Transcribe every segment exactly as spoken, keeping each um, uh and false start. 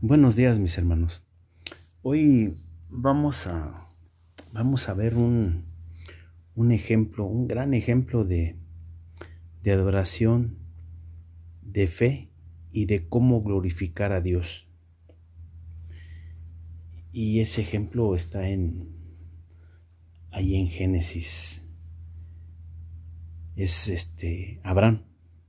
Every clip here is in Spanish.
Buenos días, mis hermanos. Hoy vamos a, vamos a ver un, un ejemplo, un gran ejemplo de, de adoración, de fe y de cómo glorificar a Dios. Y ese ejemplo está en, ahí en Génesis. Es este Abraham.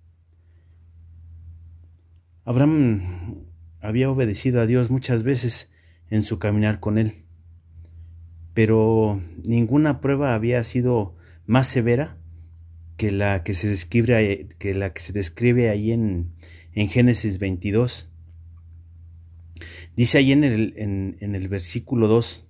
Abraham había obedecido a Dios muchas veces en su caminar con él, pero ninguna prueba había sido más severa que la que se describe, que la que se describe ahí en, en Génesis veintidós. Dice ahí en el, en, en el versículo dos,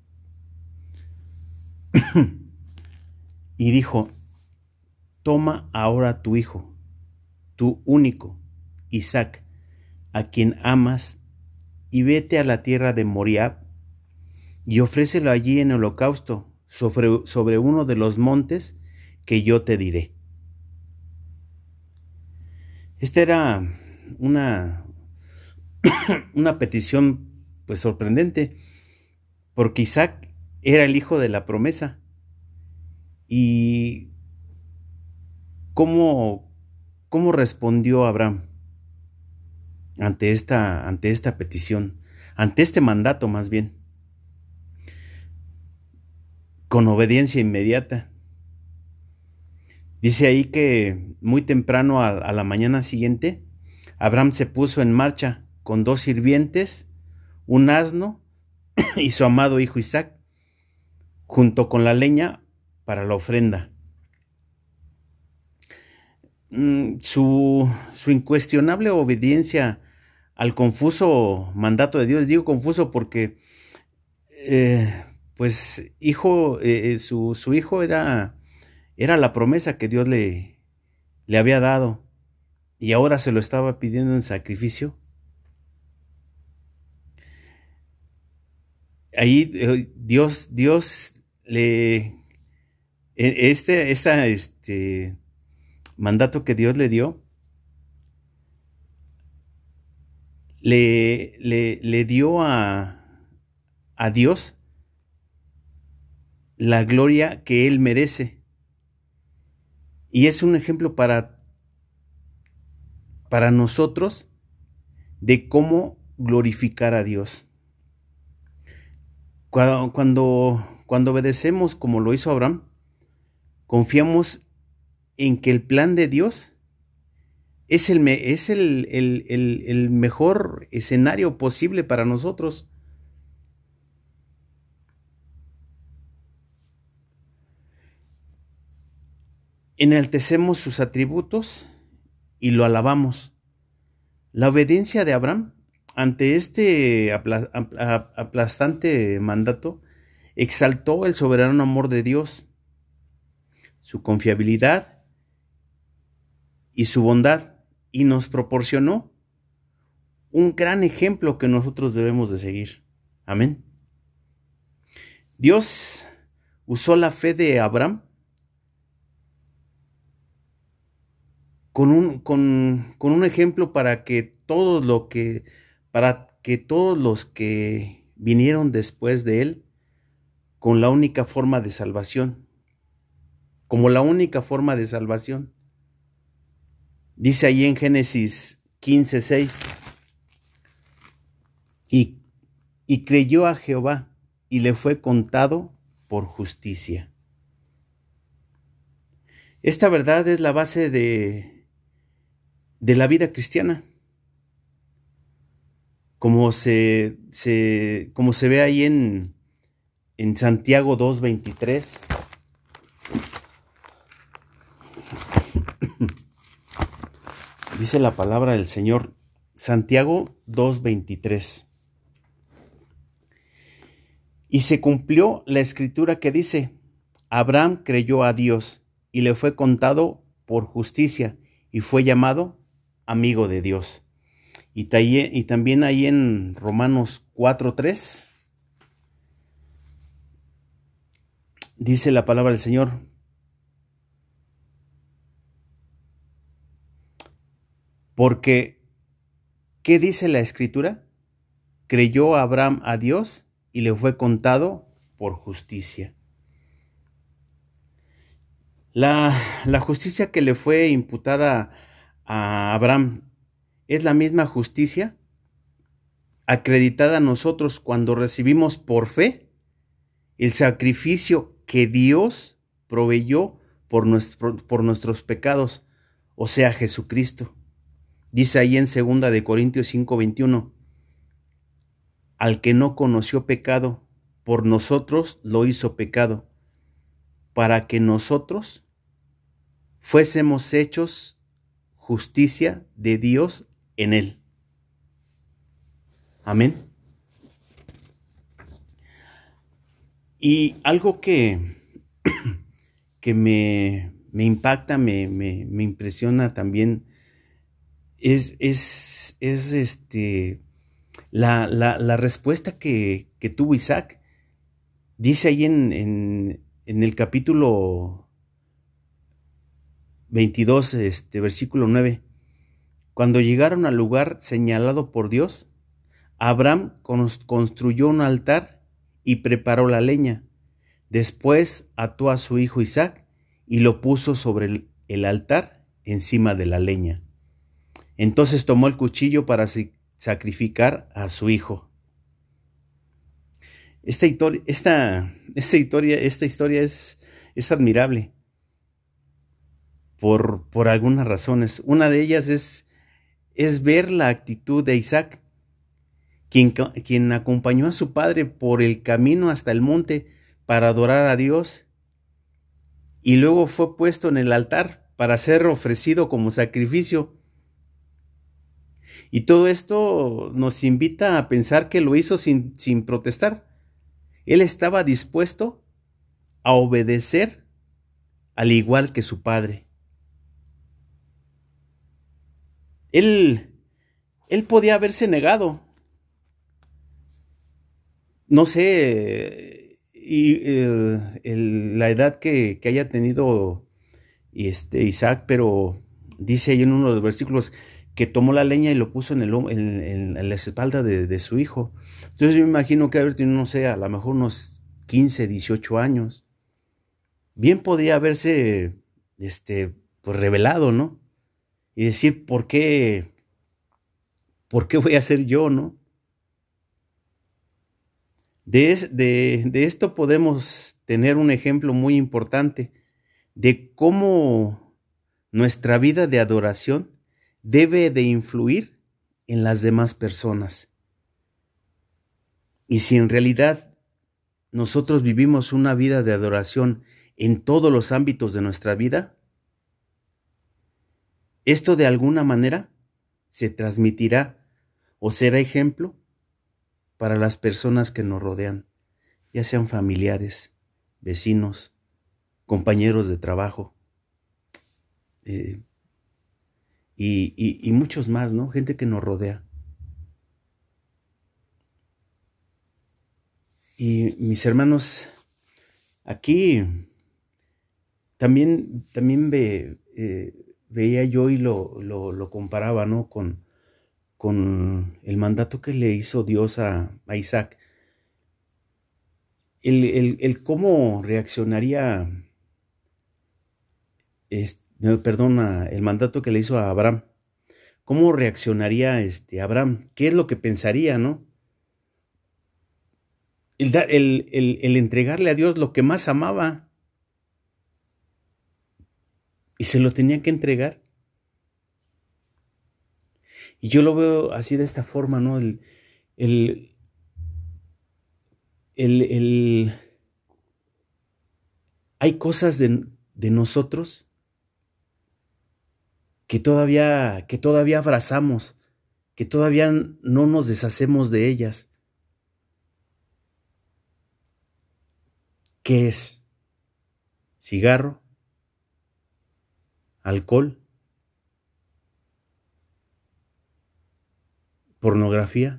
y dijo: toma ahora tu hijo, tu único, Isaac, a quien amas, y vete a la tierra de Moriab, y ofrécelo allí en holocausto sobre, sobre uno de los montes que yo te diré. Esta era una, una petición pues sorprendente, porque Isaac era el hijo de la promesa. ¿Y cómo, cómo respondió Abraham ante esta, ante esta petición, ante este mandato más bien? Con obediencia inmediata. Dice ahí que muy temprano a, a la mañana siguiente, Abraham se puso en marcha con dos sirvientes, un asno y su amado hijo Isaac, junto con la leña para la ofrenda. Su, su incuestionable obediencia al confuso mandato de Dios. Digo confuso porque eh, pues hijo, eh, su, su hijo era, era la promesa que Dios le, le había dado, y ahora se lo estaba pidiendo en sacrificio. Ahí eh, Dios, Dios le, este, esta, este mandato que Dios le dio, le, le, le dio a, a Dios la gloria que Él merece. Y es un ejemplo para, para nosotros de cómo glorificar a Dios. Cuando, cuando, cuando obedecemos como lo hizo Abraham, confiamos en que el plan de Dios es el, es el, el, el, el mejor escenario posible para nosotros. Enaltecemos sus atributos y lo alabamos. La obediencia de Abraham ante este aplastante mandato exaltó el soberano amor de Dios, su confiabilidad y su bondad, y nos proporcionó un gran ejemplo que nosotros debemos de seguir. Amén. Dios usó la fe de Abraham con un, con, con un ejemplo para que todos lo que, para que todos los que vinieron después de él, con la única forma de salvación, como la única forma de salvación. Dice ahí en Génesis quince seis, y, y creyó a Jehová y le fue contado por justicia. Esta verdad es la base de, de la vida cristiana. Como se, se, como se ve ahí en, en Santiago dos veintitrés. Dice la palabra del Señor, Santiago dos veintitrés. Y se cumplió la escritura que dice: Abraham creyó a Dios y le fue contado por justicia y fue llamado amigo de Dios. Y, talle, y también ahí en Romanos cuatro tres dice la palabra del Señor: porque, ¿qué dice la escritura? creyó Abraham a Dios y le fue contado por justicia. La, la justicia que le fue imputada a Abraham es la misma justicia acreditada a nosotros cuando recibimos por fe el sacrificio que Dios proveyó por, nuestro, por nuestros pecados, o sea, Jesucristo. Dice ahí en segunda de Corintios cinco veintiuno, al que no conoció pecado, por nosotros lo hizo pecado, para que nosotros fuésemos hechos justicia de Dios en él. Amén. Y algo que, que me, me impacta, me, me, me impresiona también, es, es, es este, la, la, la respuesta que, que tuvo Isaac. Dice ahí en, en, en el capítulo veintidós, este, versículo nueve, cuando llegaron al lugar señalado por Dios, Abraham construyó un altar y preparó la leña. Después ató a su hijo Isaac y lo puso sobre el, el altar encima de la leña. Entonces tomó el cuchillo para sacrificar a su hijo. Esta historia, esta, esta historia, esta historia es, es admirable por, por algunas razones. Una de ellas es, es ver la actitud de Isaac, quien, quien acompañó a su padre por el camino hasta el monte para adorar a Dios y luego fue puesto en el altar para ser ofrecido como sacrificio. Y todo esto nos invita a pensar que lo hizo sin, sin protestar. Él estaba dispuesto a obedecer al igual que su padre. Él, él podía haberse negado. No sé, y, el, el, la edad que, que haya tenido este, Isaac, pero dice ahí en uno de los versículos que tomó la leña y lo puso en, el, en, en, en la espalda de, de su hijo. Entonces yo me imagino que haber tenido, no sé, a lo mejor unos quince, dieciocho años. Bien podía haberse este, pues, revelado, ¿no? Y decir, ¿por qué? ¿Por qué voy a ser yo, no? De, es, de, de esto podemos tener un ejemplo muy importante de cómo nuestra vida de adoración debe de influir en las demás personas. Y si en realidad nosotros vivimos una vida de adoración en todos los ámbitos de nuestra vida, esto de alguna manera se transmitirá o será ejemplo para las personas que nos rodean, ya sean familiares, vecinos, compañeros de trabajo, eh, y, y, y muchos más, ¿no? Gente que nos rodea. Y mis hermanos, aquí también, también ve, eh, veía yo y lo, lo, lo comparaba, ¿no? Con, con el mandato que le hizo Dios a, a Isaac. El, el, el cómo reaccionaría, es, no, perdona, el mandato que le hizo a Abraham. ¿Cómo reaccionaría este Abraham? ¿Qué es lo que pensaría, no? El, el, el, el entregarle a Dios lo que más amaba. Y se lo tenía que entregar. Y yo lo veo así de esta forma, ¿no? El, el, el, el hay cosas de, de nosotros que todavía, que todavía abrazamos, que todavía no nos deshacemos de ellas. ¿Qué es? Cigarro, alcohol, pornografía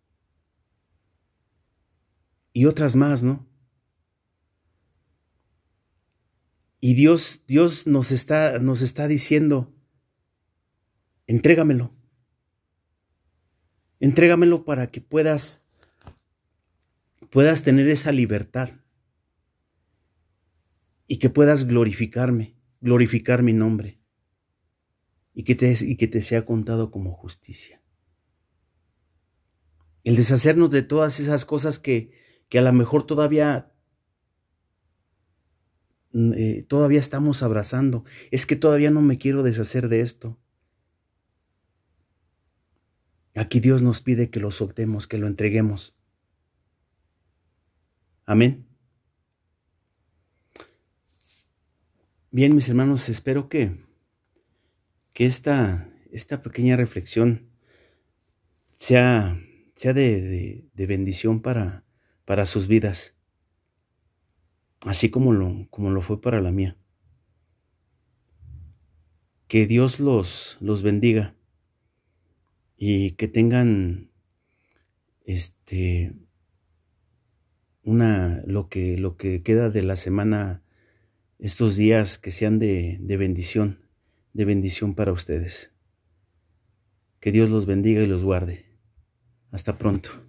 y otras más, ¿no? Y Dios, Dios nos está, nos está diciendo, entrégamelo. Entrégamelo para que puedas, puedas tener esa libertad y que puedas glorificarme, glorificar mi nombre y que te, y que te sea contado como justicia. El deshacernos de todas esas cosas que, que a lo mejor todavía, eh, todavía estamos abrazando. Es que todavía no me quiero deshacer de esto. Aquí Dios nos pide que lo soltemos, que lo entreguemos. Amén. Bien, mis hermanos, espero que, que esta, esta pequeña reflexión sea, sea de, de, de bendición para, para sus vidas, así como lo, como lo fue para la mía. Que Dios los, los bendiga y que tengan este una lo que lo que queda de la semana, estos días que sean de, de bendición, de bendición para ustedes. Que Dios los bendiga y los guarde. Hasta pronto.